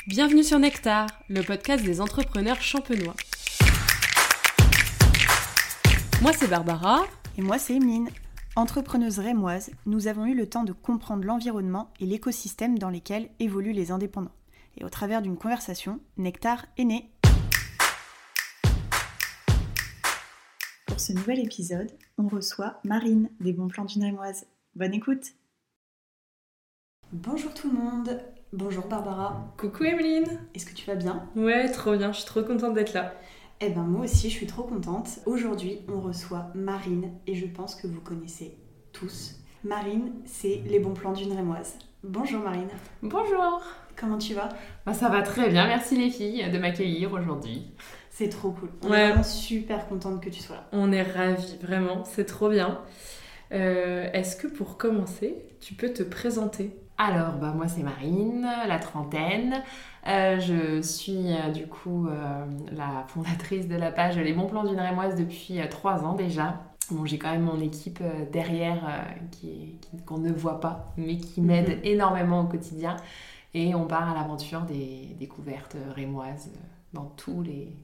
Bienvenue sur Nectar, le podcast des entrepreneurs champenois. Moi c'est Barbara. Et moi c'est Emeline. Entrepreneuse rémoise, nous avons eu le temps de comprendre l'environnement et l'écosystème dans lesquels évoluent les indépendants. Et au travers d'une conversation, Nectar est né. Pour ce nouvel épisode, on reçoit Marine des Bons Plans d'une Rémoise. Bonne écoute. Bonjour tout le monde. Bonjour Barbara. Coucou Emeline. Est-ce que tu vas bien ? Ouais, trop bien, je suis trop contente d'être là. Eh ben moi aussi, je suis trop contente. Aujourd'hui, on reçoit Marine et je pense que vous connaissez tous. Marine, c'est les bons plans d'une Rémoise. Bonjour Marine. Bonjour. Comment tu vas ? Ça va très bien, merci les filles de m'accueillir aujourd'hui. C'est trop cool. On est vraiment super contente que tu sois là. On est ravis, vraiment, c'est trop bien. Est-ce que pour commencer, tu peux te présenter ? Alors, moi c'est Marine, la trentaine. Je suis la fondatrice de la page Les Bons Plans d'une Rémoise depuis 3 ans déjà. Bon, j'ai quand même mon équipe derrière qu'on ne voit pas, mais qui m'aide énormément au quotidien. Et on part à l'aventure des découvertes rémoises dans tout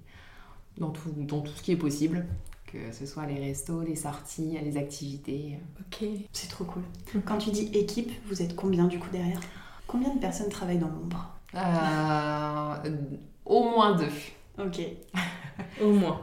ce qui est possible. Que ce soit les restos, les sorties, les activités. Ok, c'est trop cool. Quand tu dis équipe, vous êtes combien du coup derrière ? Combien de personnes travaillent dans l'ombre ? Au moins 2. Ok. Au moins.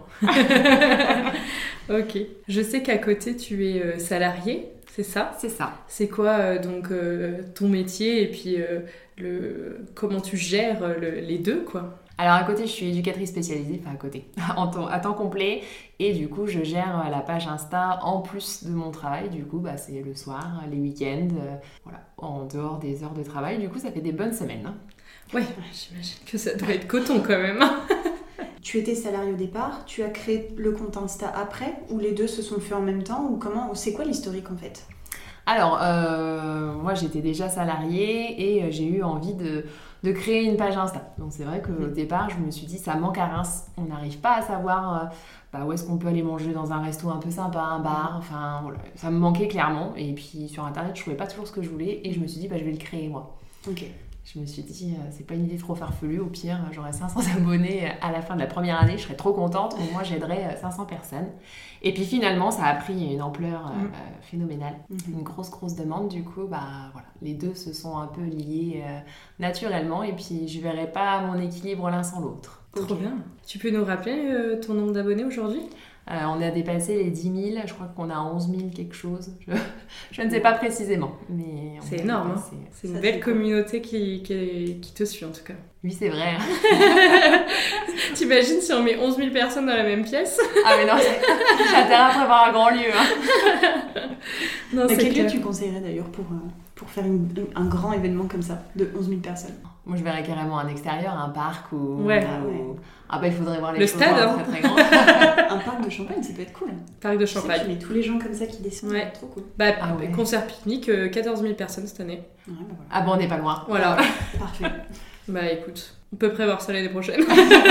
Ok. Je sais qu'à côté, tu es salariée, c'est ça ? C'est ça. C'est quoi ton métier et puis comment tu gères les deux, quoi ? Alors à côté, je suis éducatrice spécialisée, à temps complet. Et du coup, je gère la page Insta en plus de mon travail. Du coup, c'est le soir, les week-ends, en dehors des heures de travail. Du coup, ça fait des bonnes semaines. Hein. Ouais, j'imagine que ça doit être coton quand même. Tu étais salariée au départ, tu as créé le compte Insta après, ou les deux se sont faits en même temps, ou comment ? C'est quoi l'historique en fait ? Alors, moi j'étais déjà salariée et j'ai eu envie de créer une page Insta. Donc c'est vrai qu'au départ, je me suis dit, ça manque à Reims. On n'arrive pas à savoir où est-ce qu'on peut aller manger dans un resto un peu sympa, un bar. Ça me manquait clairement. Et puis sur Internet, je trouvais pas toujours ce que je voulais. Et je me suis dit, je vais le créer moi. Ok. Je me suis dit, c'est pas une idée trop farfelue. Au pire, j'aurai 500 abonnés à la fin de la première année. Je serais trop contente. Au moins, j'aiderais 500 personnes. Et puis finalement, ça a pris une ampleur phénoménale. Une grosse demande. Du coup, les deux se sont un peu liés naturellement. Et puis, je verrai pas mon équilibre l'un sans l'autre. Trop bien. Tu peux nous rappeler ton nombre d'abonnés aujourd'hui ? On a dépassé les 10 000, je crois qu'on a 11 000 quelque chose, je ne sais pas précisément. Mais c'est énorme, hein. C'est une belle communauté qui te suit en tout cas. Oui, c'est vrai. T'imagines si on met 11 000 personnes dans la même pièce ? Ah mais non, j'ai intérêt à prévoir un grand lieu. Hein. Non, quel lieu tu conseillerais d'ailleurs pour faire un grand événement comme ça, de 11 000 personnes ? Moi, je verrais carrément un extérieur, un parc ou... Ouais. Il faudrait voir les le choses stade, hein. très très grand. Un parc de Champagne, ça peut être cool. Parc de Champagne. Tu mets tous les gens comme ça qui descendent, ouais. Trop cool. Concert pique-nique, 14 000 personnes cette année. Ouais, voilà. Ah bon, on n'est pas loin. Voilà. Parfait. Écoute, on peut prévoir ça l'année prochaine.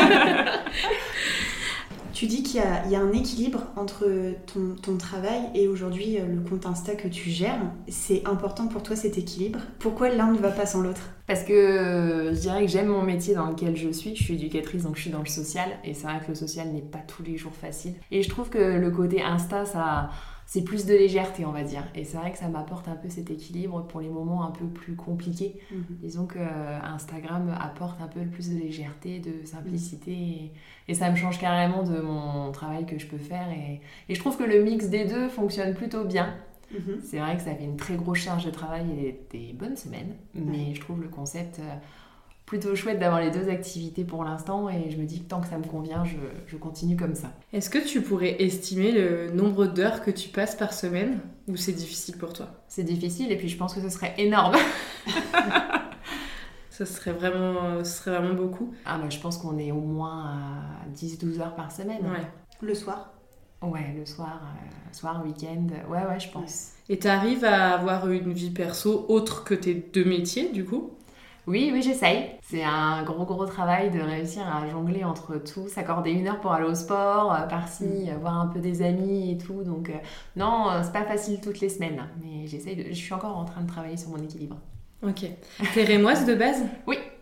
Tu dis qu'il y a un équilibre entre ton travail et aujourd'hui le compte Insta que tu gères. C'est important pour toi cet équilibre. Pourquoi l'un ne va pas sans l'autre ? Parce que je dirais que j'aime mon métier dans lequel je suis. Je suis éducatrice, donc je suis dans le social. Et c'est vrai que le social n'est pas tous les jours facile. Et je trouve que le côté Insta, c'est plus de légèreté, on va dire. Et c'est vrai que ça m'apporte un peu cet équilibre pour les moments un peu plus compliqués. Disons que Instagram apporte un peu plus de légèreté, de simplicité. Et ça me change carrément de mon travail que je peux faire. Et je trouve que le mix des deux fonctionne plutôt bien. C'est vrai que ça fait une très grosse charge de travail et des bonnes semaines. Mais je trouve le concept plutôt chouette d'avoir les deux activités pour l'instant. Et je me dis que tant que ça me convient, je continue comme ça. Est-ce que tu pourrais estimer le nombre d'heures que tu passes par semaine ? Ou c'est difficile pour toi ? C'est difficile et puis je pense que ce serait énorme. Ce serait vraiment beaucoup. Je pense qu'on est au moins à 10-12 heures par semaine. Ouais. Le soir ? Ouais, le soir, week-end. Ouais, je pense. Et t'arrives à avoir une vie perso autre que tes 2 métiers, du coup ? Oui, j'essaye. C'est un gros travail de réussir à jongler entre tout, s'accorder 1 heure pour aller au sport, par-ci, voir un peu des amis et tout. Donc, non, c'est pas facile toutes les semaines. Mais je suis encore en train de travailler sur mon équilibre. Ok. T'es rémoise de base ? Oui.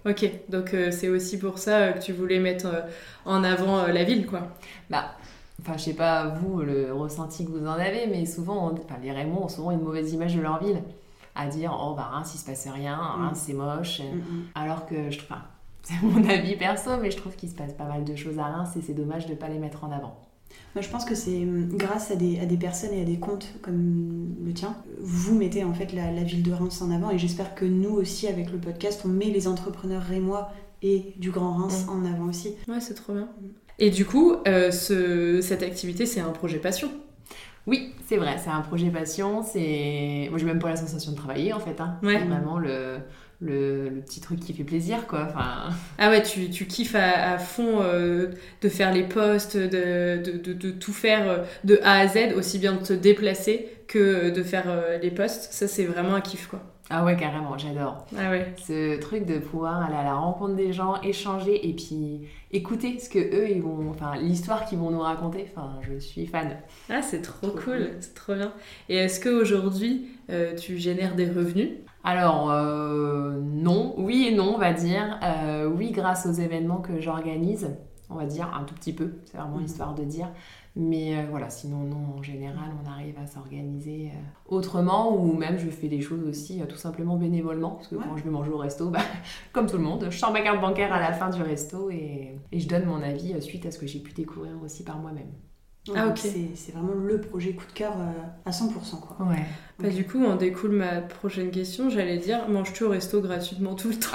Ok, donc c'est aussi pour ça que tu voulais mettre en avant la ville, quoi. Enfin, je sais pas, vous, le ressenti que vous en avez, mais souvent, les Rémois ont souvent une mauvaise image de leur ville. À dire, oh, Reims, il se passe rien, Reims, c'est moche. Alors que, enfin, c'est mon avis perso, mais je trouve qu'il se passe pas mal de choses à Reims et c'est dommage de pas les mettre en avant. Moi, je pense que c'est grâce à des personnes et à des comptes comme le tien, vous mettez en fait la ville de Reims en avant, et j'espère que nous aussi, avec le podcast, on met les entrepreneurs rémois et du Grand Reims en avant aussi. Ouais, c'est trop bien. Et du coup, cette activité, c'est un projet passion. Oui, c'est vrai, c'est un projet passion. Moi, j'ai même pas la sensation de travailler, en fait. Ouais. C'est vraiment le petit truc qui fait plaisir, quoi. Enfin... Ah ouais, tu kiffes à fond de faire les posts, de tout faire de A à Z, aussi bien de te déplacer que de faire les posts. Ça, c'est vraiment un kiff, quoi. Ah ouais, carrément, j'adore. Ah ouais. Ce truc de pouvoir aller à la rencontre des gens, échanger et puis écouter ce que eux ils vont, enfin l'histoire qu'ils vont nous raconter. Enfin, je suis fan. Ah, c'est trop cool, c'est trop bien. Et est-ce qu'aujourd'hui tu génères des revenus ? Alors non, oui et non, on va dire. Oui, grâce aux événements que j'organise, on va dire un tout petit peu. C'est vraiment histoire de dire. Mais voilà, sinon non, en général, on arrive à s'organiser autrement, ou même je fais des choses aussi tout simplement bénévolement, parce que quand je vais manger au resto, comme tout le monde, je sors ma carte bancaire à la fin du resto et je donne mon avis suite à ce que j'ai pu découvrir aussi par moi-même. Ah ok. C'est vraiment le projet coup de cœur à 100%, quoi. Ouais. Bah, du coup, en découle ma prochaine question, j'allais dire, manges-tu au resto gratuitement tout le temps ?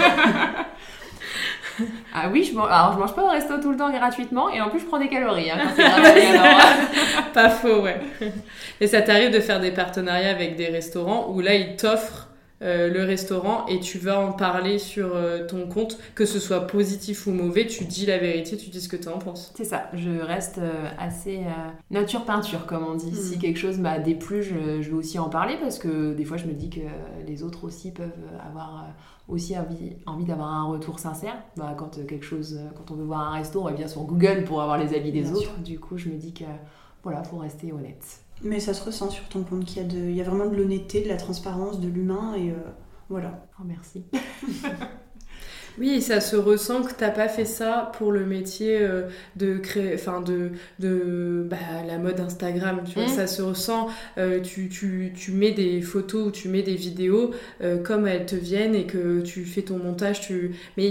Ah oui, je mange pas au resto tout le temps gratuitement, et en plus je prends des calories quand c'est gratuit. Alors... Pas faux, ouais. Et ça t'arrive de faire des partenariats avec des restaurants où là ils t'offrent le restaurant et tu vas en parler sur ton compte, que ce soit positif ou mauvais, tu dis la vérité, tu dis ce que tu en penses. C'est ça, je reste assez nature peinture, comme on dit. Si quelque chose m'a déplu, je vais aussi en parler, parce que des fois je me dis que les autres aussi peuvent avoir aussi envie d'avoir un retour sincère. Quand on veut voir un resto, on va bien sur Google pour avoir les avis des autres. Du coup, je me dis que voilà, faut rester honnête. Mais ça se ressent sur ton compte qu'il y a vraiment de l'honnêteté, de la transparence, de l'humain, et voilà. Oh, merci. Oui, ça se ressent que t'as pas fait ça pour le métier de créer, enfin de la mode Instagram, tu vois. Ça se ressent. Tu mets des photos ou tu mets des vidéos comme elles te viennent, et que tu fais ton montage. Mais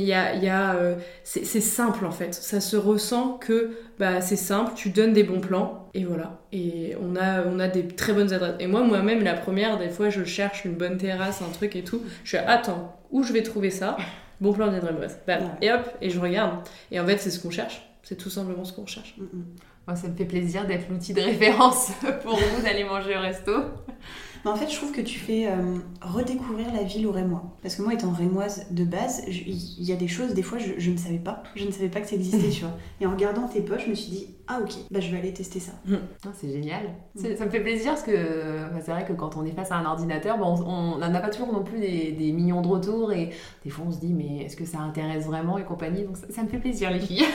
c'est simple en fait. Ça se ressent que c'est simple. Tu donnes des bons plans et voilà. Et on a des très bonnes adresses. Et moi-même, la première, des fois, je cherche une bonne terrasse, un truc et tout. Je suis attends, où je vais trouver ça? Bon plan de Brest. Et hop, et je regarde. Et en fait, c'est ce qu'on cherche. C'est tout simplement ce qu'on recherche. Moi, ça me fait plaisir d'être l'outil de référence pour vous d'aller manger au resto. Mais en fait, je trouve que tu fais redécouvrir la ville aux Rémois. Parce que moi, étant rémoise de base, il y a des choses, des fois, je ne savais pas. Je ne savais pas que ça existait, tu vois. Et en regardant tes posts, je me suis dit, ah ok, je vais aller tester ça. C'est génial. Ça me fait plaisir, parce que c'est vrai que quand on est face à un ordinateur, on n'en a pas toujours non plus des millions de retours. Et des fois, on se dit, mais est-ce que ça intéresse vraiment et compagnie? Donc ça me fait plaisir, les filles.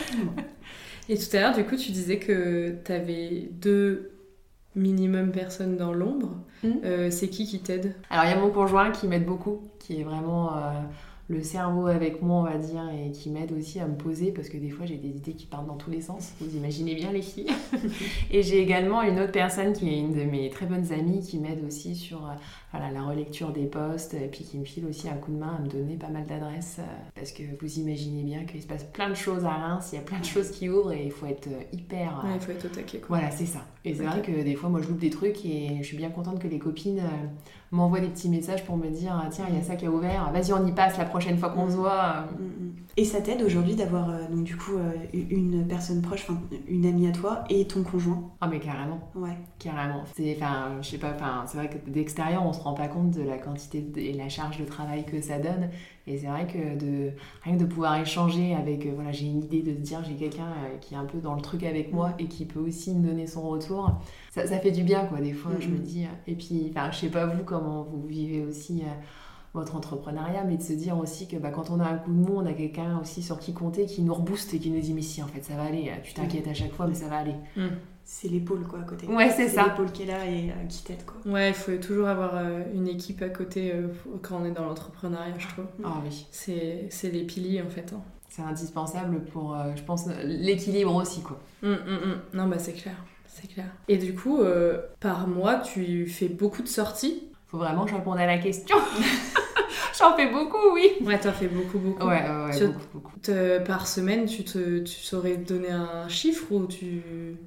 Et tout à l'heure, du coup, tu disais que tu avais 2 minimum personnes dans l'ombre. C'est qui t'aide? Alors, il y a mon conjoint qui m'aide beaucoup, qui est vraiment le cerveau avec moi, on va dire, et qui m'aide aussi à me poser, parce que des fois, j'ai des idées qui partent dans tous les sens. Vous imaginez bien, les filles. Et j'ai également une autre personne qui est une de mes très bonnes amies, qui m'aide aussi sur la relecture des posts, et puis qui me file aussi un coup de main à me donner pas mal d'adresses, parce que vous imaginez bien qu'il se passe plein de choses à Reims, il y a plein de choses qui ouvrent, et il faut être hyper... il faut être au taquet, quoi. Voilà, c'est ça. Et c'est vrai que des fois, moi, je loupe des trucs, et je suis bien contente que les copines m'envoient des petits messages pour me dire tiens, il y a ça qui a ouvert, vas-y, on y passe la prochaine fois qu'on se voit. Et ça t'aide aujourd'hui d'avoir donc du coup une personne proche, une amie à toi et ton conjoint? Ah mais carrément. Ouais. Carrément. C'est vrai que d'extérieur on se rend pas compte de la quantité et la charge de travail que ça donne. Et c'est vrai que rien que de pouvoir échanger avec, j'ai une idée, de se dire j'ai quelqu'un qui est un peu dans le truc avec moi et qui peut aussi me donner son retour, ça fait du bien, quoi. Des fois je me dis, et puis je sais pas vous comment vous vivez aussi votre entrepreneuriat, mais de se dire aussi que quand on a un coup de mou, on a quelqu'un aussi sur qui compter, qui nous rebooste et qui nous dit mais si en fait ça va aller, tu t'inquiètes à chaque fois mais ça va aller. C'est l'épaule quoi à côté. Ouais, c'est ça. L'épaule qui est là et qui t'aide quoi. Ouais, il faut toujours avoir une équipe à côté quand on est dans l'entrepreneuriat, je trouve. Ah oui. C'est les piliers en fait. Hein. C'est indispensable pour, je pense, l'équilibre aussi quoi. Non, bah c'est clair. C'est clair. Et du coup, par mois, tu fais beaucoup de sorties? Faut vraiment que je réponde à la question. J'en fais beaucoup, oui. Ouais, t'en fais beaucoup. Ouais, beaucoup. Par semaine, tu saurais donner un chiffre ou tu...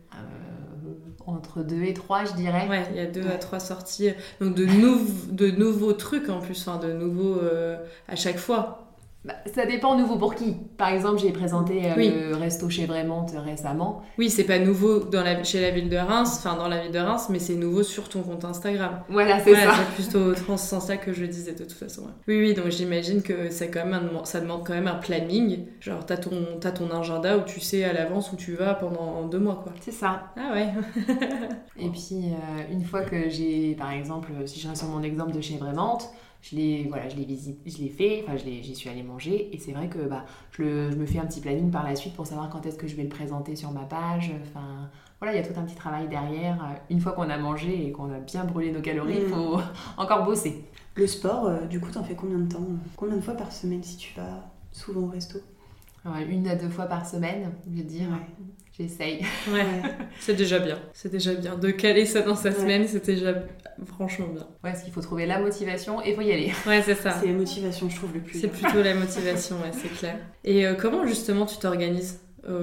Entre 2 et 3, je dirais. Ouais, il y a 2 à 3 sorties. Donc de nouveaux trucs en plus, hein, de nouveaux à chaque fois. Ça dépend nouveau pour qui. Par exemple, j'ai présenté le resto chez Vraiment récemment. Oui, c'est pas nouveau chez la ville de Reims, enfin dans la ville de Reims, mais c'est nouveau sur ton compte Instagram. Voilà, c'est ça. C'est plutôt dans ce sens-là que je disais de toute façon. Ouais. Oui, donc j'imagine que ça demande quand même un planning. Genre t'as ton agenda où tu sais à l'avance où tu vas pendant 2 mois, quoi. C'est ça. Ah ouais. Et puis une fois que j'ai, par exemple, si je reste sur mon exemple de chez Vraiment, je l'ai visité, j'y suis allée manger et c'est vrai que je me fais un petit planning par la suite pour savoir quand est-ce que je vais le présenter sur ma page. Enfin, voilà, il y a tout un petit travail derrière. Une fois qu'on a mangé et qu'on a bien brûlé nos calories, il faut encore bosser. Le sport, du coup, t'en fais combien de temps? Combien de fois par semaine si tu vas souvent au resto? 1 à 2 fois par semaine, je veux dire. Ouais. J'essaye. Ouais, c'est déjà bien. De caler ça dans sa semaine, c'était déjà franchement bien. Ouais, parce qu'il faut trouver la motivation et il faut y aller. Ouais, c'est ça. C'est la motivation, je trouve, le plus. C'est plutôt la motivation, ouais, c'est clair. Et comment justement tu t'organises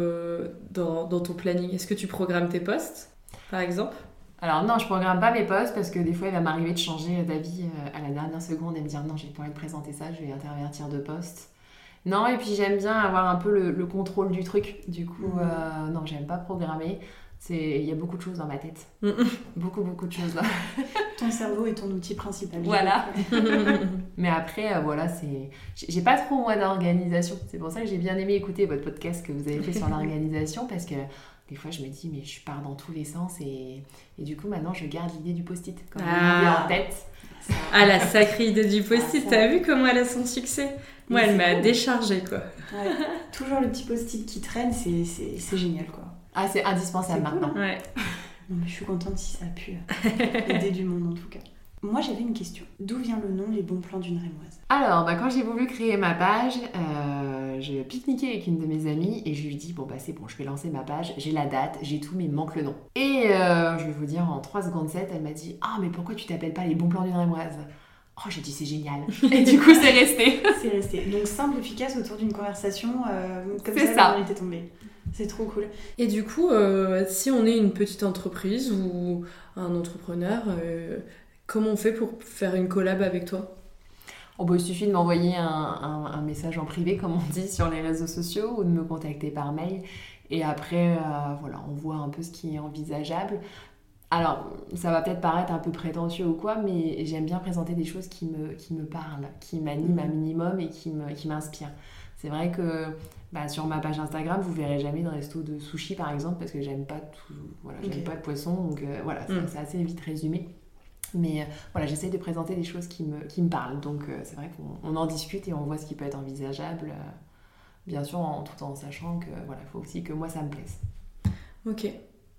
dans ton planning? Est-ce que tu programmes tes posts, par exemple? Alors non, je programme pas mes posts parce que des fois il va m'arriver de changer d'avis à la dernière seconde et me dire non, j'ai pas envie de présenter ça, je vais intervertir de posts. Non, et puis j'aime bien avoir un peu le contrôle du truc. Du coup, non, j'aime pas programmer. Il y a beaucoup de choses dans ma tête. Beaucoup de choses là. Ton cerveau est ton outil principal. Voilà. Mais après, voilà, j'ai pas trop moi d'organisation. C'est pour ça que j'ai bien aimé écouter votre podcast que vous avez fait sur l'organisation parce que des fois je me dis mais je pars dans tous les sens et du coup maintenant je garde l'idée du post-it comme une idée en tête. Ah, la sacrée idée du post-it, t'as vu comment elle a son succès? Moi, elle m'a déchargée, quoi. Ouais. Toujours le petit post-it qui traîne, c'est génial, quoi. Ah, c'est indispensable maintenant. Cool, hein. Ouais. Non, mais je suis contente si ça a pu aider du monde, en tout cas. Moi, j'avais une question. D'où vient le nom Les Bons Plans d'une Rémoise? Alors, quand j'ai voulu créer ma page, je pique-niquais avec une de mes amies et je lui dis c'est bon, je vais lancer ma page, j'ai la date, j'ai tout, mais il manque le nom. Et je vais vous dire, en 3 secondes 7, elle m'a dit « Ah, mais pourquoi tu t'appelles pas Les Bons Plans d'une Rémoise ?» Oh, j'ai dit c'est génial. Et du coup, c'est resté. C'est resté. Donc, simple, efficace, autour d'une conversation, comme c'est ça, on était tombé. C'est trop cool. Et du coup, si on est une petite entreprise ou un entrepreneur, comment on fait pour faire une collab avec toi? Il suffit de m'envoyer un message en privé, comme on dit, sur les réseaux sociaux ou de me contacter par mail. Et après, on voit un peu ce qui est envisageable. Alors, ça va peut-être paraître un peu prétentieux ou quoi, mais j'aime bien présenter des choses qui me parlent, qui m'animent un minimum et qui m'inspirent. C'est vrai que sur ma page Instagram, vous verrez jamais de resto de sushi, par exemple, parce que j'aime pas j'aime pas le poisson, donc c'est assez vite résumé. Mais j'essaye de présenter des choses qui me parlent, donc c'est vrai qu'on en discute et on voit ce qui peut être envisageable, bien sûr, tout en sachant que faut aussi que moi ça me plaise. Ok.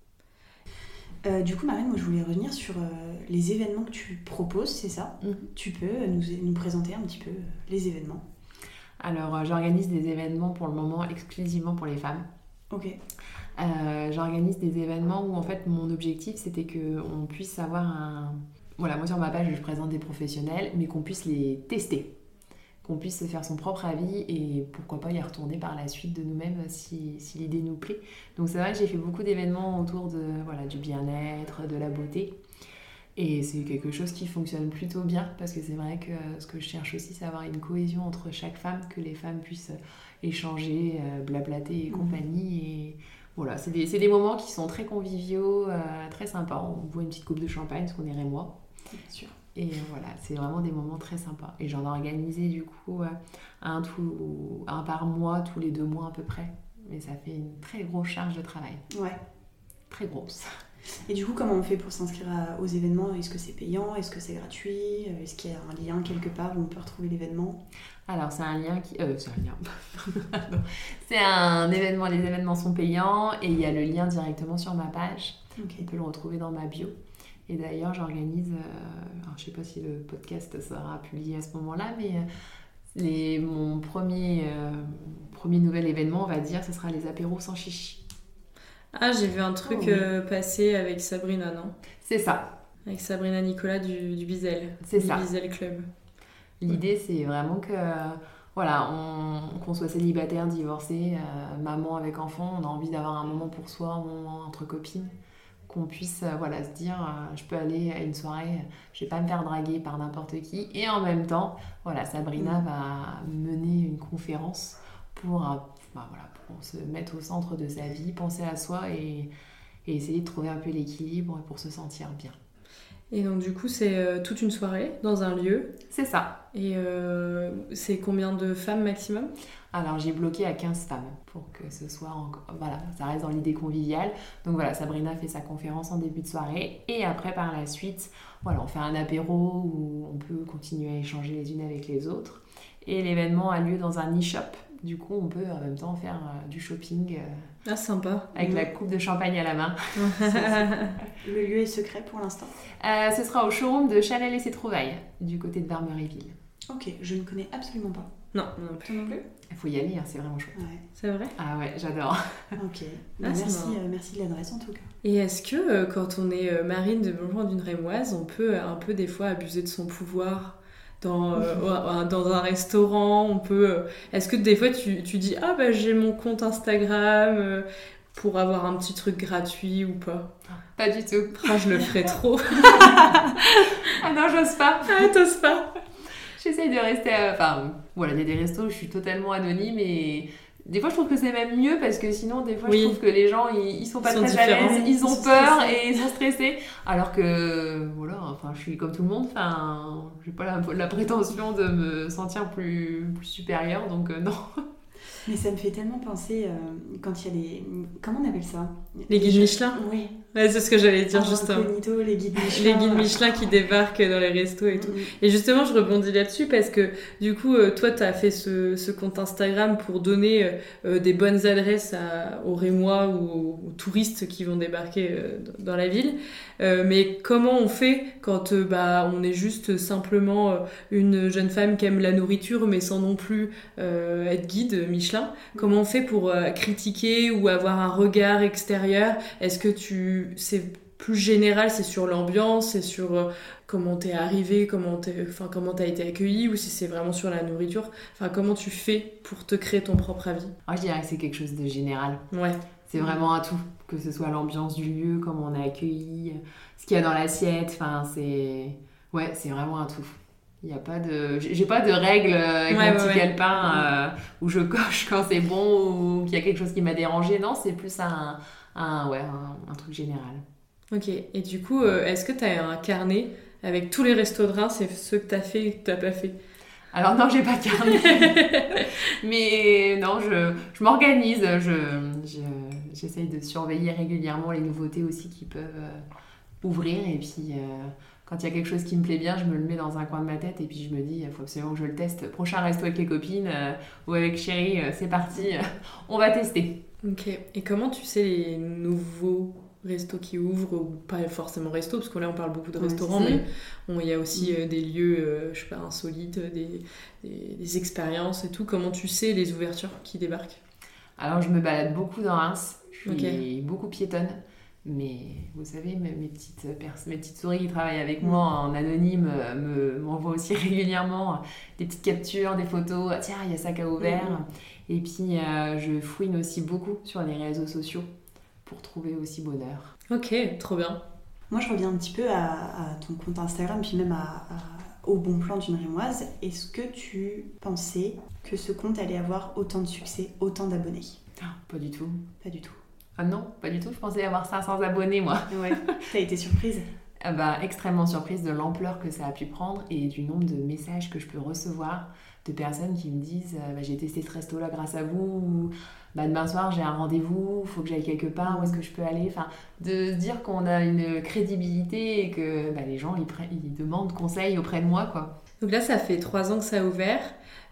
Du coup, Marine, moi je voulais revenir sur les événements que tu proposes, c'est ça? Tu peux nous présenter un petit peu les événements? Alors, j'organise des événements pour le moment exclusivement pour les femmes. Ok. J'organise des événements où en fait mon objectif c'était qu'on puisse avoir moi sur ma page je présente des professionnels, mais qu'on puisse les tester. Qu'on puisse se faire son propre avis et pourquoi pas y retourner par la suite de nous-mêmes si l'idée nous plaît. Donc c'est vrai que j'ai fait beaucoup d'événements autour du bien-être, de la beauté. Et c'est quelque chose qui fonctionne plutôt bien parce que c'est vrai que ce que je cherche aussi, c'est avoir une cohésion entre chaque femme, que les femmes puissent échanger, blablater et compagnie. Et voilà, c'est des moments qui sont très conviviaux, très sympas. On boit une petite coupe de champagne parce qu'on est rémois. Bien sûr. Et voilà, c'est vraiment des moments très sympas. Et j'en ai organisé du coup un par mois, tous les 2 mois à peu près. Mais ça fait une très grosse charge de travail. Ouais. très grosse. Et du coup, comment on fait pour s'inscrire aux événements? Est-ce que c'est payant? Est-ce que c'est gratuit? Est-ce qu'il y a un lien quelque part où on peut retrouver l'événement? Alors, c'est un lien qui... c'est un lien. C'est un événement, les événements sont payants et il y a le lien directement sur ma page. Okay. On peut le retrouver dans ma bio. Et d'ailleurs, j'organise... alors, je ne sais pas si le podcast sera publié à ce moment-là, mais mon premier nouvel événement, on va dire, ce sera les apéros sans chichi. Ah, j'ai vu un truc passer avec Sabrina, non? C'est ça. Avec Sabrina Nicolas du Bizel. C'est ça. Du Bizel Club. L'idée, c'est vraiment que, voilà, qu'on soit célibataire, divorcé, maman avec enfant, on a envie d'avoir un moment pour soi, un moment entre copines, qu'on puisse, voilà, se dire, je peux aller à une soirée, je vais pas me faire draguer par n'importe qui. Et en même temps, voilà, Sabrina va mener une conférence pour se mettre au centre de sa vie, penser à soi et essayer de trouver un peu l'équilibre pour se sentir bien. Et donc du coup, c'est toute une soirée dans un lieu. C'est ça. Et c'est combien de femmes maximum? Alors j'ai bloqué à 15 femmes pour que ce soit voilà, ça reste dans l'idée conviviale. Donc voilà, Sabrina fait sa conférence en début de soirée et après par la suite, voilà, on fait un apéro où on peut continuer à échanger les unes avec les autres. Et l'événement a lieu dans un e-shop. Du coup, on peut en même temps faire du shopping sympa. Avec la coupe de champagne à la main. Le lieu est secret pour l'instant? Ce sera au showroom de Chanel et ses trouvailles, du côté de Barmeryville. Ok, je ne connais absolument pas. Non plus. Toi non plus? Il faut y aller, hein, c'est vraiment chouette. Ouais. C'est vrai? Ah ouais, j'adore. Ok, merci de l'adresse en tout cas. Et est-ce que quand on est marine de Bonjour d'une Rémoise, on peut un peu des fois abuser de son pouvoir dans un restaurant, on peut... Est-ce que des fois tu dis « Ah bah j'ai mon compte Instagram pour avoir un petit truc gratuit ou pas ?» Pas du tout. Ah, je le ferais trop. Ah non, j'ose pas. Ah, t'oses pas. J'essaye de rester... voilà, il y a des restos où je suis totalement anonyme et... Des fois, je trouve que c'est même mieux parce que sinon, des fois, je trouve que les gens, ils sont pas très à l'aise, ils ont peur et ils sont stressés. Alors que, voilà, enfin, je suis comme tout le monde, enfin, j'ai pas la prétention de me sentir plus supérieure, donc non. Mais ça me fait tellement penser quand il y a des... Comment on appelle ça? Les guides Michelin? Oui. Ouais, c'est ce que j'allais dire justement. Incognito, les guides Michelin. Les guides Michelin qui débarquent dans les restos et tout. Et justement, je rebondis là-dessus parce que du coup, toi, tu as fait ce compte Instagram pour donner des bonnes adresses aux Rémois ou aux touristes qui vont débarquer dans la ville. Mais comment on fait quand on est juste simplement une jeune femme qui aime la nourriture mais sans non plus être guide Michelin? Comment on fait pour critiquer ou avoir un regard extérieur? Est-ce que c'est plus général, c'est sur l'ambiance, c'est sur comment t'es arrivé, comment t'as été accueilli, ou si c'est vraiment sur la nourriture? Enfin, comment tu fais pour te créer ton propre avis? Moi, je dirais que c'est quelque chose de général. Ouais. C'est vraiment un tout, que ce soit l'ambiance du lieu, comment on est accueilli, ce qu'il y a dans l'assiette, enfin, c'est vraiment un tout. Il y a pas de... J'ai pas de règles avec mon petit calepin où je coche quand c'est bon ou qu'il y a quelque chose qui m'a dérangé. Non, c'est plus un truc général. Ok, et du coup, est-ce que tu as un carnet avec tous les restos de Reims, c'est ceux que tu as fait et que tu n'as pas fait? Alors non, j'ai pas de carnet. Mais non, je m'organise. J'essaye de surveiller régulièrement les nouveautés aussi qui peuvent ouvrir. Et puis, quand il y a quelque chose qui me plaît bien, je me le mets dans un coin de ma tête. Et puis, je me dis, il faut absolument que je le teste. Prochain resto avec les copines ou avec chérie, c'est parti. On va tester. Ok, et comment tu sais les nouveaux restos qui ouvrent, ou pas forcément restos, parce que là on parle beaucoup de restaurants, mais il y a aussi des lieux, je sais pas, insolites, des expériences et tout. Comment tu sais les ouvertures qui débarquent? Alors je me balade beaucoup dans Reims, je suis beaucoup piétonne, mais vous savez, mes petites souris qui travaillent avec moi en anonyme m'envoient aussi régulièrement des petites captures, des photos, tiens, il y a ça qui a ouvert. Et puis je fouine aussi beaucoup sur les réseaux sociaux pour trouver aussi bonheur. Ok, trop bien. Moi, je reviens un petit peu à ton compte Instagram, puis même au bon plan d'une Rémoise. Est-ce que tu pensais que ce compte allait avoir autant de succès, autant d'abonnés? Pas du tout. Pas du tout. Ah non, pas du tout. Je pensais avoir 500 abonnés, moi. Ouais. T'as été surprise? Extrêmement surprise de l'ampleur que ça a pu prendre et du nombre de messages que je peux recevoir. de personnes qui me disent j'ai testé ce resto-là grâce à vous, ou demain soir j'ai un rendez-vous, il faut que j'aille quelque part, où est-ce que je peux aller, enfin, de se dire qu'on a une crédibilité et que les gens ils demandent conseil auprès de moi, quoi. Donc là, ça fait 3 ans que ça a ouvert,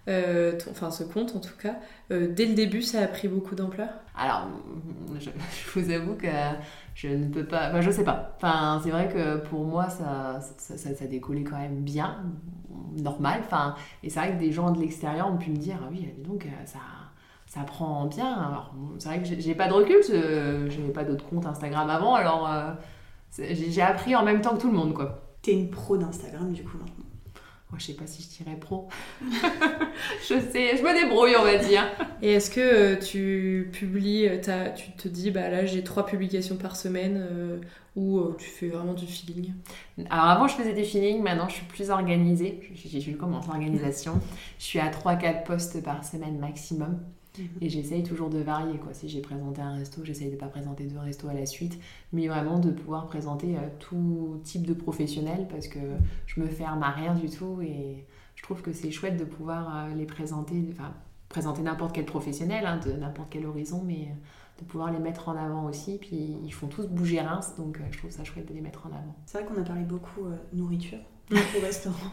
ce compte en tout cas. Dès le début, ça a pris beaucoup d'ampleur? Alors, je vous avoue que je ne peux pas... Enfin, je sais pas. Enfin, c'est vrai que pour moi, ça décollait quand même bien, normal. Enfin, et c'est vrai que des gens de l'extérieur ont pu me dire « Ah oui, donc ça prend bien. » Alors, c'est vrai que j'ai pas de recul, j'avais pas d'autres comptes Instagram avant, alors j'ai appris en même temps que tout le monde, quoi. T'es une pro d'Instagram, du coup, maintenant? Moi, je sais pas si je dirais pro. Je me débrouille, on va dire. Et est-ce que tu publies, tu te dis, là j'ai 3 publications par semaine, ou tu fais vraiment du feeling? Alors avant, je faisais des feelings, maintenant je suis plus organisée. Je commence l'organisation. Je suis à 3-4 posts par semaine maximum. Et j'essaye toujours de varier, quoi. Si j'ai présenté un resto, j'essaye de ne pas présenter 2 restos à la suite, mais vraiment de pouvoir présenter tout type de professionnels, parce que je me ferme à rien du tout, et je trouve que c'est chouette de pouvoir les présenter, enfin présenter n'importe quel professionnel, de n'importe quel horizon, mais de pouvoir les mettre en avant aussi. Puis ils font tous bouger Reims, donc je trouve ça chouette de les mettre en avant. C'est vrai qu'on a parlé beaucoup nourriture au restaurant.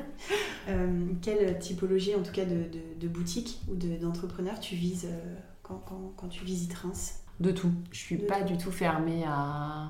Quelle typologie, en tout cas, de boutique ou d'entrepreneur tu vises quand tu visites Reims? De tout. Je suis pas du tout fermée à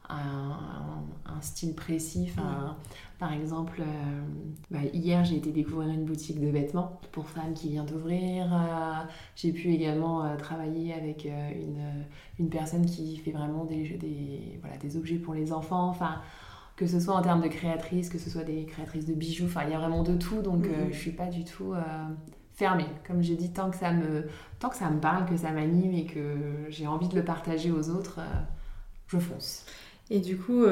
un style précis. Enfin, par exemple, hier j'ai été découvrir une boutique de vêtements pour femmes qui vient d'ouvrir. J'ai pu également travailler avec une personne qui fait vraiment des objets pour les enfants. Enfin, que ce soit en termes de créatrices, que ce soit des créatrices de bijoux, enfin il y a vraiment de tout, donc je suis pas du tout fermée. Comme j'ai dit, tant que ça me parle, que ça m'anime et que j'ai envie de le partager aux autres, je fonce. Et du coup,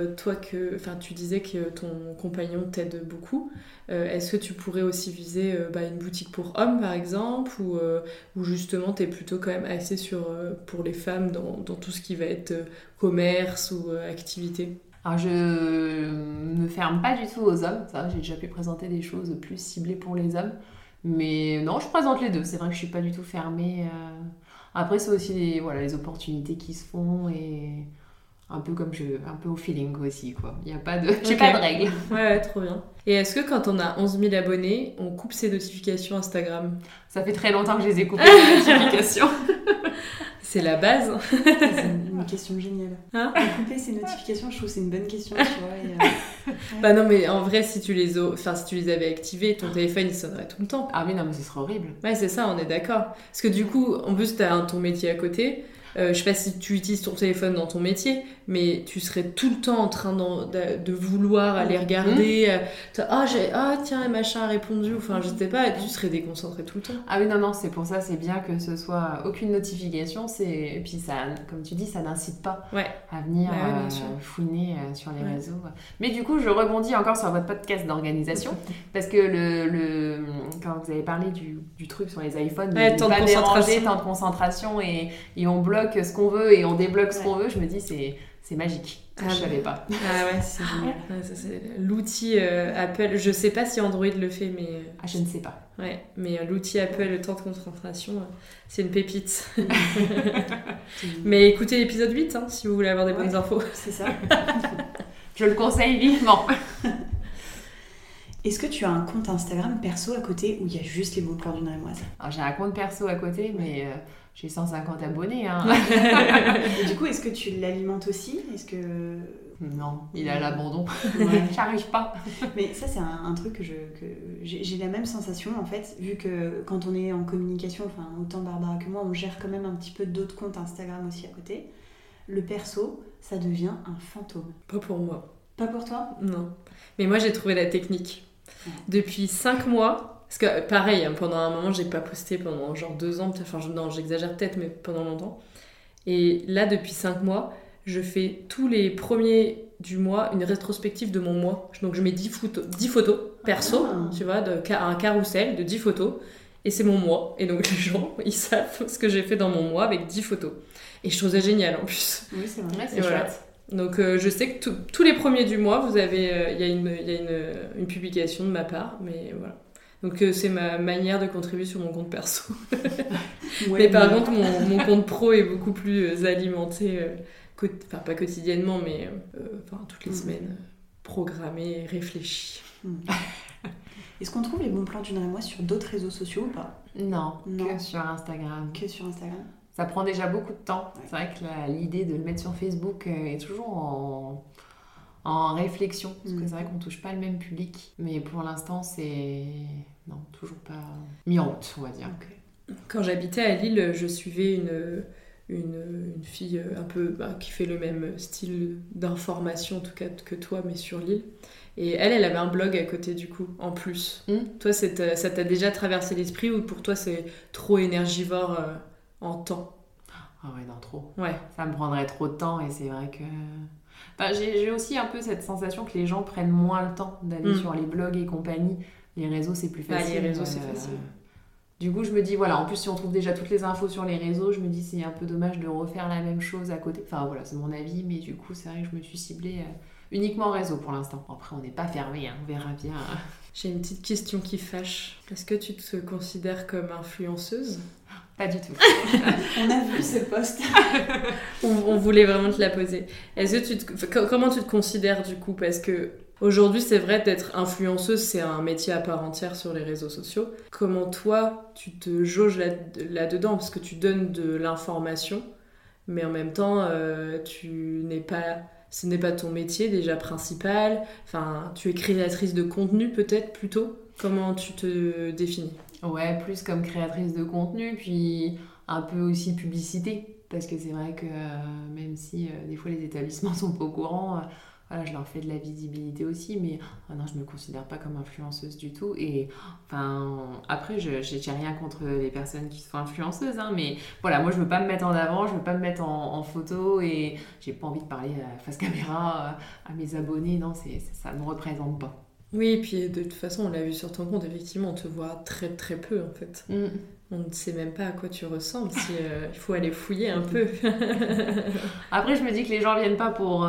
tu disais que ton compagnon t'aide beaucoup. Est-ce que tu pourrais aussi viser une boutique pour hommes, par exemple, ou justement t'es plutôt quand même axée pour les femmes dans tout ce qui va être commerce ou activité? Alors je me ferme pas du tout aux hommes, ça, j'ai déjà pu présenter des choses plus ciblées pour les hommes, mais non, je présente les deux, c'est vrai que je suis pas du tout fermée. Après c'est aussi les opportunités qui se font, et un peu au feeling aussi, quoi. Il y a pas de j'ai pas de règles. Ouais, trop bien. Et est-ce que quand on a 11 000 abonnés, on coupe ses notifications Instagram? Ça fait très longtemps que je les ai coupées, les notifications. C'est la base. C'est une question géniale. Couper ses notifications, je trouve que c'est une bonne question, tu vois. Non, mais en vrai, si tu les avais activées, ton téléphone il sonnerait tout le temps. Ah mais non, mais ce serait horrible. Ouais, c'est ça, on est d'accord. Parce que du coup, en plus, t'as ton métier à côté. Je sais pas si tu utilises ton téléphone dans ton métier, mais tu serais tout le temps en train de vouloir aller regarder. Tiens, machin a répondu. Enfin, je sais pas, tu serais déconcentré tout le temps. Ah oui, non, c'est pour ça, c'est bien que ce soit aucune notification. Et puis, ça, comme tu dis, ça n'incite pas à venir fouiner sur les réseaux. Mais du coup, je rebondis encore sur votre podcast d'organisation, parce que quand vous avez parlé du truc sur les iPhones, de temps pas de déranger, temps de concentration, et on bloque ce qu'on veut et on débloque ce qu'on veut, je me dis c'est magique. Ça, je savais pas. Ah ouais, c'est génial. Ça, c'est l'outil Apple. Je sais pas si Android le fait, mais... je ne sais pas. Ouais, mais l'outil Apple, le temps de concentration, c'est une pépite. Mais écoutez l'épisode 8, si vous voulez avoir des bonnes infos. C'est ça. Je le conseille vivement. Est-ce que tu as un compte Instagram perso à côté où il y a juste les bons plans d'une rémoise? Alors, j'ai un compte perso à côté, mais j'ai 150 abonnés. Et du coup, est-ce que tu l'alimentes aussi? Non, il est à l'abandon. J'arrive pas. Mais ça, c'est un truc que j'ai la même sensation, en fait, vu que quand on est en communication, enfin, autant Barbara que moi, on gère quand même un petit peu d'autres comptes Instagram aussi à côté. Le perso, ça devient un fantôme. Pas pour moi. Pas pour toi? Non. Mais moi, j'ai trouvé la technique. Depuis 5 mois, parce que pareil, pendant un moment, j'ai pas posté pendant genre 2 ans, non, j'exagère peut-être, mais pendant longtemps. Et là, depuis 5 mois, je fais tous les premiers du mois une rétrospective de mon mois. Donc je mets 10 photos perso, tu vois, un carrousel de 10 photos. Et c'est mon mois. Et donc les gens, ils savent ce que j'ai fait dans mon mois avec 10 photos. Et je trouve ça génial en plus. Oui, c'est vrai. C'est chouette. Donc je sais que tous les premiers du mois, vous avez, il y a une publication de ma part, mais voilà. Donc c'est ma manière de contribuer sur mon compte perso. Ouais, Mais par contre, mon compte pro est beaucoup plus alimenté, pas quotidiennement, mais toutes les semaines, programmé, réfléchi. Est-ce qu'on trouve les bons plans d'une rémoise sur d'autres réseaux sociaux ou pas? Non, Non. que sur Instagram. Que sur Instagram. Ça prend déjà beaucoup de temps. Ouais. C'est vrai que l'idée de le mettre sur Facebook est toujours en réflexion, parce que c'est vrai qu'on touche pas le même public. Mais pour l'instant, c'est... Non, toujours pas mis en route, on va dire. Ok. Quand j'habitais à Lille, je suivais une fille un peu qui fait le même style d'information, en tout cas que toi, mais sur Lille. Et elle avait un blog à côté du coup, en plus. Toi, ça t'a déjà traversé l'esprit ou pour toi c'est trop énergivore en temps? Ah ouais, non, trop. Ouais. Ça me prendrait trop de temps et c'est vrai que... j'ai aussi un peu cette sensation que les gens prennent moins le temps d'aller sur les blogs et compagnie. Les réseaux, c'est plus facile. Les réseaux, c'est facile. Du coup, je me dis, voilà, en plus, si on trouve déjà toutes les infos sur les réseaux, je me dis, c'est un peu dommage de refaire la même chose à côté. Enfin, voilà, c'est mon avis, mais du coup, c'est vrai que je me suis ciblée uniquement réseau pour l'instant. Après, on n'est pas fermé, hein, on verra bien. J'ai une petite question qui fâche. Est-ce que tu te considères comme influenceuse? Pas du tout. On a vu ce post. on voulait vraiment te la poser. Comment tu te considères du coup? Parce que aujourd'hui, c'est vrai, d'être influenceuse, c'est un métier à part entière sur les réseaux sociaux. Comment toi, tu te jauges là-dedans? Parce que tu donnes de l'information, mais en même temps, ce n'est pas ton métier déjà principal. Enfin, tu es créatrice de contenu peut-être plutôt. Comment tu te définis? Ouais, plus comme créatrice de contenu, puis un peu aussi publicité. Parce que c'est vrai que même si des fois les établissements sont pas au courant, voilà, je leur fais de la visibilité aussi, mais non, je me considère pas comme influenceuse du tout. Et enfin, après, j'ai rien contre les personnes qui sont influenceuses, hein, mais voilà, moi je veux pas me mettre en avant, je veux pas me mettre en photo et j'ai pas envie de parler face caméra à mes abonnés, non, ça me représente pas. Oui, et puis de toute façon, on l'a vu sur ton compte, effectivement, on te voit très très peu en fait. On ne sait même pas à quoi tu ressembles, il faut aller fouiller un peu. Après, je me dis que les gens viennent pas pour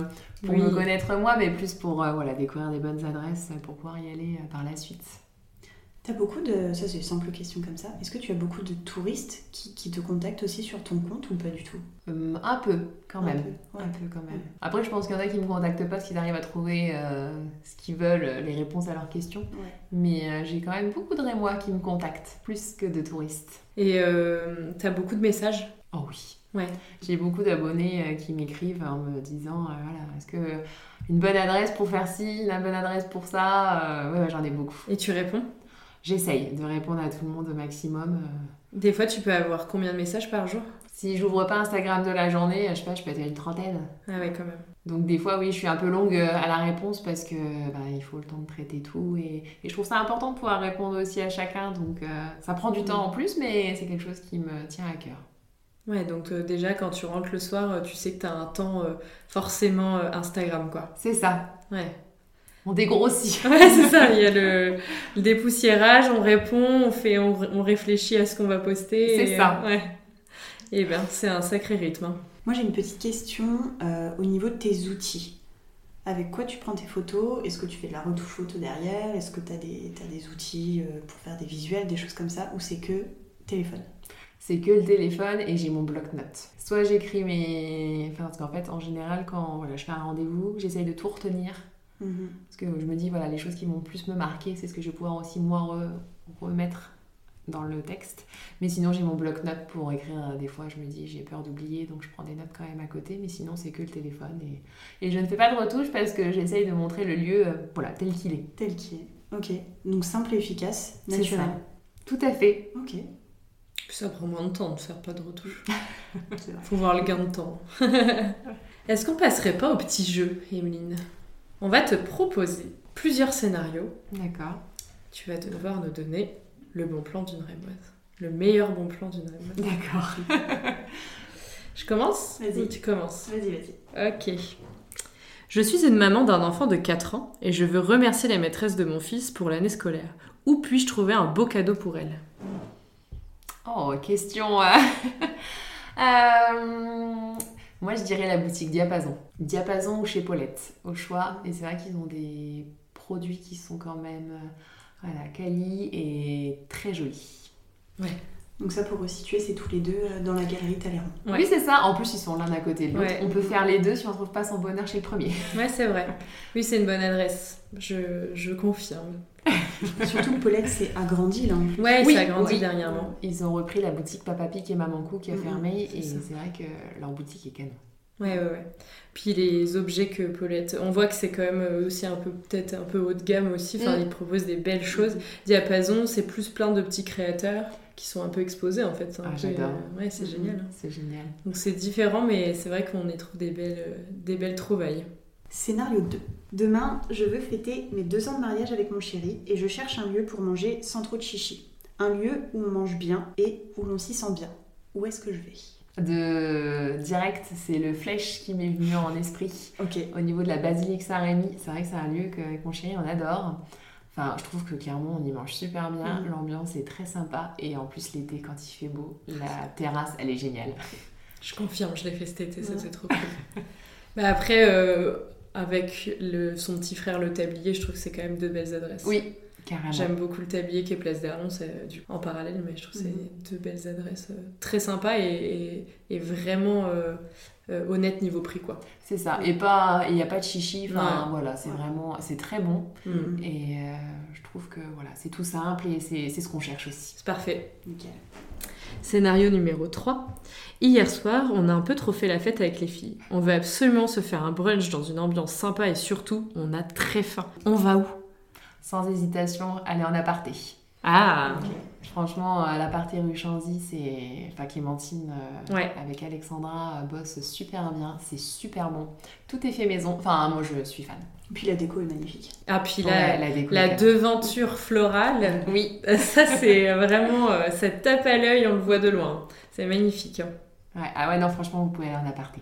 me connaître moi, mais plus pour découvrir des bonnes adresses pour pouvoir y aller par la suite. T'as beaucoup de... Ça, c'est une simple question comme ça. Est-ce que tu as beaucoup de touristes qui te contactent aussi sur ton compte ou pas du tout? Un peu, quand même. Un peu, quand même. Après, je pense qu'il y en a qui me contactent pas parce qu'ils arrivent à trouver ce qu'ils veulent, les réponses à leurs questions. Ouais. Mais j'ai quand même beaucoup de Rémois qui me contactent, plus que de touristes. Et t'as beaucoup de messages? Oh oui. Ouais. J'ai beaucoup d'abonnés qui m'écrivent en me disant voilà, est-ce que une bonne adresse pour faire ci, une bonne adresse pour ça, ouais, j'en ai beaucoup. Et tu réponds? J'essaye de répondre à tout le monde au maximum. Des fois, tu peux avoir combien de messages par jour? Si j'ouvre pas Instagram de la journée, je sais pas, je peux être à une trentaine. Ah ouais, quand même. Donc des fois, oui, je suis un peu longue à la réponse parce que il faut le temps de traiter tout. Et je trouve ça important de pouvoir répondre aussi à chacun. Donc ça prend du temps en plus, mais c'est quelque chose qui me tient à cœur. Ouais, donc déjà, quand tu rentres le soir, tu sais que t'as un temps forcément Instagram, quoi. C'est ça. Ouais. On dégrossit. Ouais, c'est ça. Il y a le dépoussiérage, on répond, on réfléchit à ce qu'on va poster. C'est ça. Ouais. Et ben, c'est un sacré rythme. Hein. Moi, j'ai une petite question au niveau de tes outils. Avec quoi tu prends tes photos? Est-ce que tu fais de la retouche photo derrière? Est-ce que t'as des outils pour faire des visuels, des choses comme ça? Ou c'est que téléphone? C'est que le téléphone et j'ai mon bloc-notes. Soit j'écris parce qu'en fait, en général, quand je fais un rendez-vous, j'essaye de tout retenir. Parce que je me dis, les choses qui vont plus me marquer, c'est ce que je vais pouvoir aussi, moi, remettre dans le texte. Mais sinon, j'ai mon bloc-notes pour écrire. Des fois, je me dis, j'ai peur d'oublier, donc je prends des notes quand même à côté. Mais sinon, c'est que le téléphone. Et je ne fais pas de retouche parce que j'essaye de montrer le lieu tel qu'il est. Tel qu'il est. Ok. Donc simple et efficace, naturel. Tout à fait. Ok. Ça prend moins de temps de faire pas de retouche. Faut voir le gain de temps. Est-ce qu'on passerait pas au petit jeu, Emeline? On va te proposer plusieurs scénarios. D'accord. Tu vas devoir nous donner le bon plan d'une rémoise. Le meilleur bon plan d'une rémoise. D'accord. Je commence? Vas-y. Ou tu commences? Vas-y. Ok. Je suis une maman d'un enfant de 4 ans et je veux remercier la maîtresse de mon fils pour l'année scolaire. Où puis-je trouver un beau cadeau pour elle? Oh, question... Moi, je dirais la boutique Diapason. Diapason ou chez Paulette, au choix. Et c'est vrai qu'ils ont des produits qui sont quand même Voilà, quali et très joli. Ouais. Donc ça, pour resituer, c'est tous les deux dans la galerie Talleyrand. Ouais. Oui, c'est ça. En plus, ils sont l'un à côté de l'autre. Ouais. On peut faire les deux si on ne trouve pas son bonheur chez le premier. Ouais, c'est vrai. Oui, c'est une bonne adresse. Je confirme. Surtout que Paulette s'est agrandie là. Ouais, Oui, ça a grandi oui. dernièrement. Ils ont repris la boutique Papa Pic et Maman Cou qui a fermé. c'est Et ça. c'est vrai que leur boutique est canon. Ouais. Puis les objets que Paulette, on voit que c'est quand même aussi peut-être un peu haut de gamme aussi. Enfin, ils proposent des belles choses. Diapason, c'est plus plein de petits créateurs qui sont un peu exposés en fait. C'est un peu, j'adore. Ouais, c'est génial. Hein. C'est génial. Donc c'est différent, mais c'est vrai qu'on y trouve des belles trouvailles. Scénario 2. Demain, je veux fêter mes 2 ans de mariage avec mon chéri et je cherche un lieu pour manger sans trop de chichi. Un lieu où on mange bien et où l'on s'y sent bien. Où est-ce que je vais ? De direct, c'est le Flèche qui m'est venu en esprit. Ok. Au niveau de la basilique Saint-Rémy, c'est vrai que c'est un lieu qu'avec mon chéri on adore. Enfin, je trouve que clairement on y mange super bien, l'ambiance est très sympa et en plus l'été quand il fait beau, la terrasse elle est géniale. Je confirme, je l'ai fait cet été, ça c'est trop cool. Bah après, avec son petit frère le tablier, je trouve que c'est quand même 2 belles adresses. Oui, carrément. J'aime beaucoup le tablier qui est Place d'Arlon, c'est en parallèle, mais je trouve que c'est 2 belles adresses très sympas et vraiment honnêtes niveau prix quoi. C'est ça, et il n'y a pas de chichi, enfin voilà, c'est vraiment, c'est très bon et je trouve que voilà, c'est tout simple et c'est ce qu'on cherche aussi. C'est parfait. Nickel. Scénario numéro 3. Hier soir, on a un peu trop fait la fête avec les filles. On veut absolument se faire un brunch dans une ambiance sympa et surtout, on a très faim. On va où ? Sans hésitation, aller en aparté. Ah okay. Franchement, l'aparté rue Chanzy, c'est... Enfin, Clémentine, avec Alexandra, bosse super bien. C'est super bon. Tout est fait maison. Enfin, moi, je suis fan. Et puis la déco est magnifique. Ah, puis la devanture florale, oui. Ça, c'est vraiment... ça tape à l'œil, on le voit de loin. C'est magnifique. Hein. Ouais. Ah ouais, non, franchement, vous pouvez aller en aparté.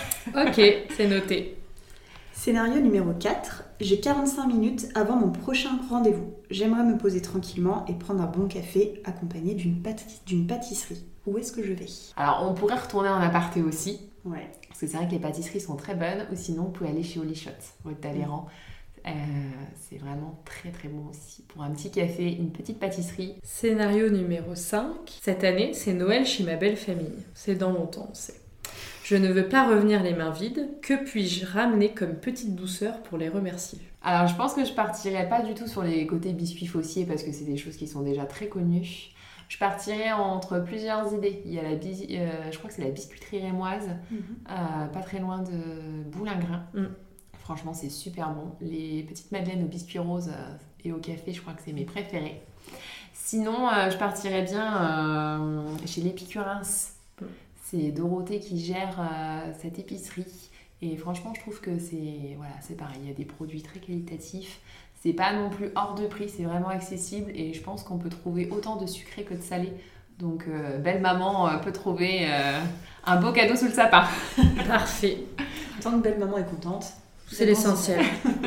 Ok, c'est noté. Scénario numéro 4. J'ai 45 minutes avant mon prochain rendez-vous. J'aimerais me poser tranquillement et prendre un bon café accompagné d'une pâtisserie. Où est-ce que je vais ? Alors, on pourrait retourner en aparté aussi. Ouais. Parce que c'est vrai que les pâtisseries sont très bonnes. Ou sinon, vous pouvez aller chez Holy Shots, rue de Talleyrand. C'est vraiment très très bon aussi. Pour un petit café, une petite pâtisserie. Scénario numéro 5. Cette année, c'est Noël chez ma belle famille. C'est dans longtemps, on sait. Je ne veux pas revenir les mains vides. Que puis-je ramener comme petite douceur pour les remercier ? Alors, je pense que je partirais pas du tout sur les côtés biscuits faussiers parce que c'est des choses qui sont déjà très connues. Je partirais entre plusieurs idées. Il y a je crois que c'est la biscuiterie rémoise, pas très loin de Boulingrin. Franchement, c'est super bon. Les petites madeleines aux biscuits roses et au café, je crois que c'est mes préférés. Sinon, je partirais bien chez l'Épicurins. C'est Dorothée qui gère cette épicerie. Et franchement, je trouve que c'est pareil. Il y a des produits très qualitatifs. C'est pas non plus hors de prix, c'est vraiment accessible. Et je pense qu'on peut trouver autant de sucré que de salé. Donc, belle maman peut trouver un beau cadeau sous le sapin. Parfait. Tant que belle maman est contente, c'est l'essentiel.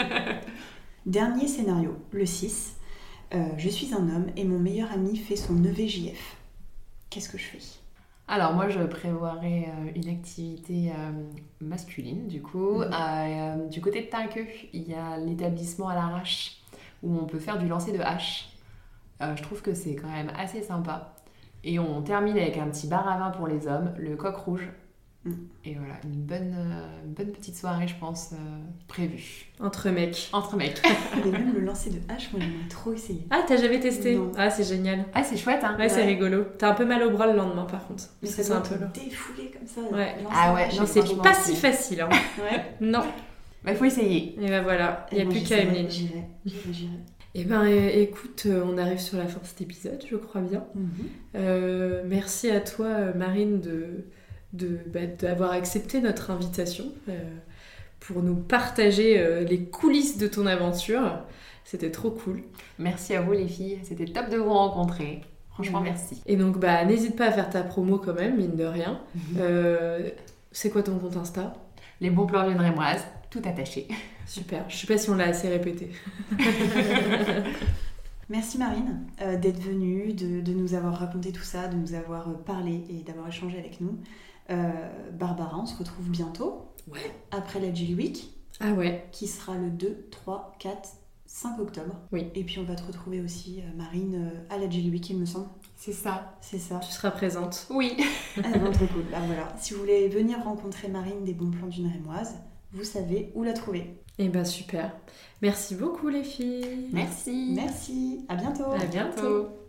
Dernier scénario, le 6. Je suis un homme et mon meilleur ami fait son EVJF. Qu'est-ce que je fais ? Alors moi je prévoirais une activité masculine du coup. Du côté de Tinqueux, il y a l'établissement à l'Arrache où on peut faire du lancer de hache. Je trouve que c'est quand même assez sympa. Et on termine avec un petit bar à vin pour les hommes, le Coq Rouge. Et voilà, une bonne petite soirée je pense prévue. Entre mecs. Et même le lancer de hache, moi j'aimerais trop essayer. Ah, t'as jamais testé ? Non. Ah, c'est génial. Ah, c'est chouette hein. Ouais, c'est rigolo. T'as un peu mal au bras le lendemain par contre. Mais c'est ça un doit peu te défouler comme ça. Ouais. Ah ouais, non, c'est pas si facile. Hein. Ouais. Non. Bah faut essayer. Et ben voilà, il n'y a plus qu'à Emeline. J'irai. Eh ben écoute, on arrive sur la fin de cet épisode, je crois bien. Merci à toi Marine d'avoir accepté notre invitation pour nous partager les coulisses de ton aventure. C'était trop cool. Merci à vous les filles, c'était top de vous rencontrer. Franchement, merci. Et donc, n'hésite pas à faire ta promo quand même, mine de rien. C'est quoi ton compte Insta ? Les bons plans d'une rémoise, tout attaché. Super, je sais pas si on l'a assez répété. Merci Marine d'être venue, de nous avoir raconté tout ça, de nous avoir parlé et d'avoir échangé avec nous. Barbara, on se retrouve bientôt. Ouais. Après la Jelly Week. Ah ouais. Qui sera le 2, 3, 4 5 octobre. Oui. Et puis on va te retrouver aussi, Marine, à la Jelly Week, il me semble. C'est ça. C'est ça. Tu seras présente. Oui. Ah non, trop cool. Bah voilà. Si vous voulez venir rencontrer Marine des Bons Plans d'une Rémoise, vous savez où la trouver. Et bah super. Merci beaucoup les filles. Merci. Merci. À bientôt. À bientôt.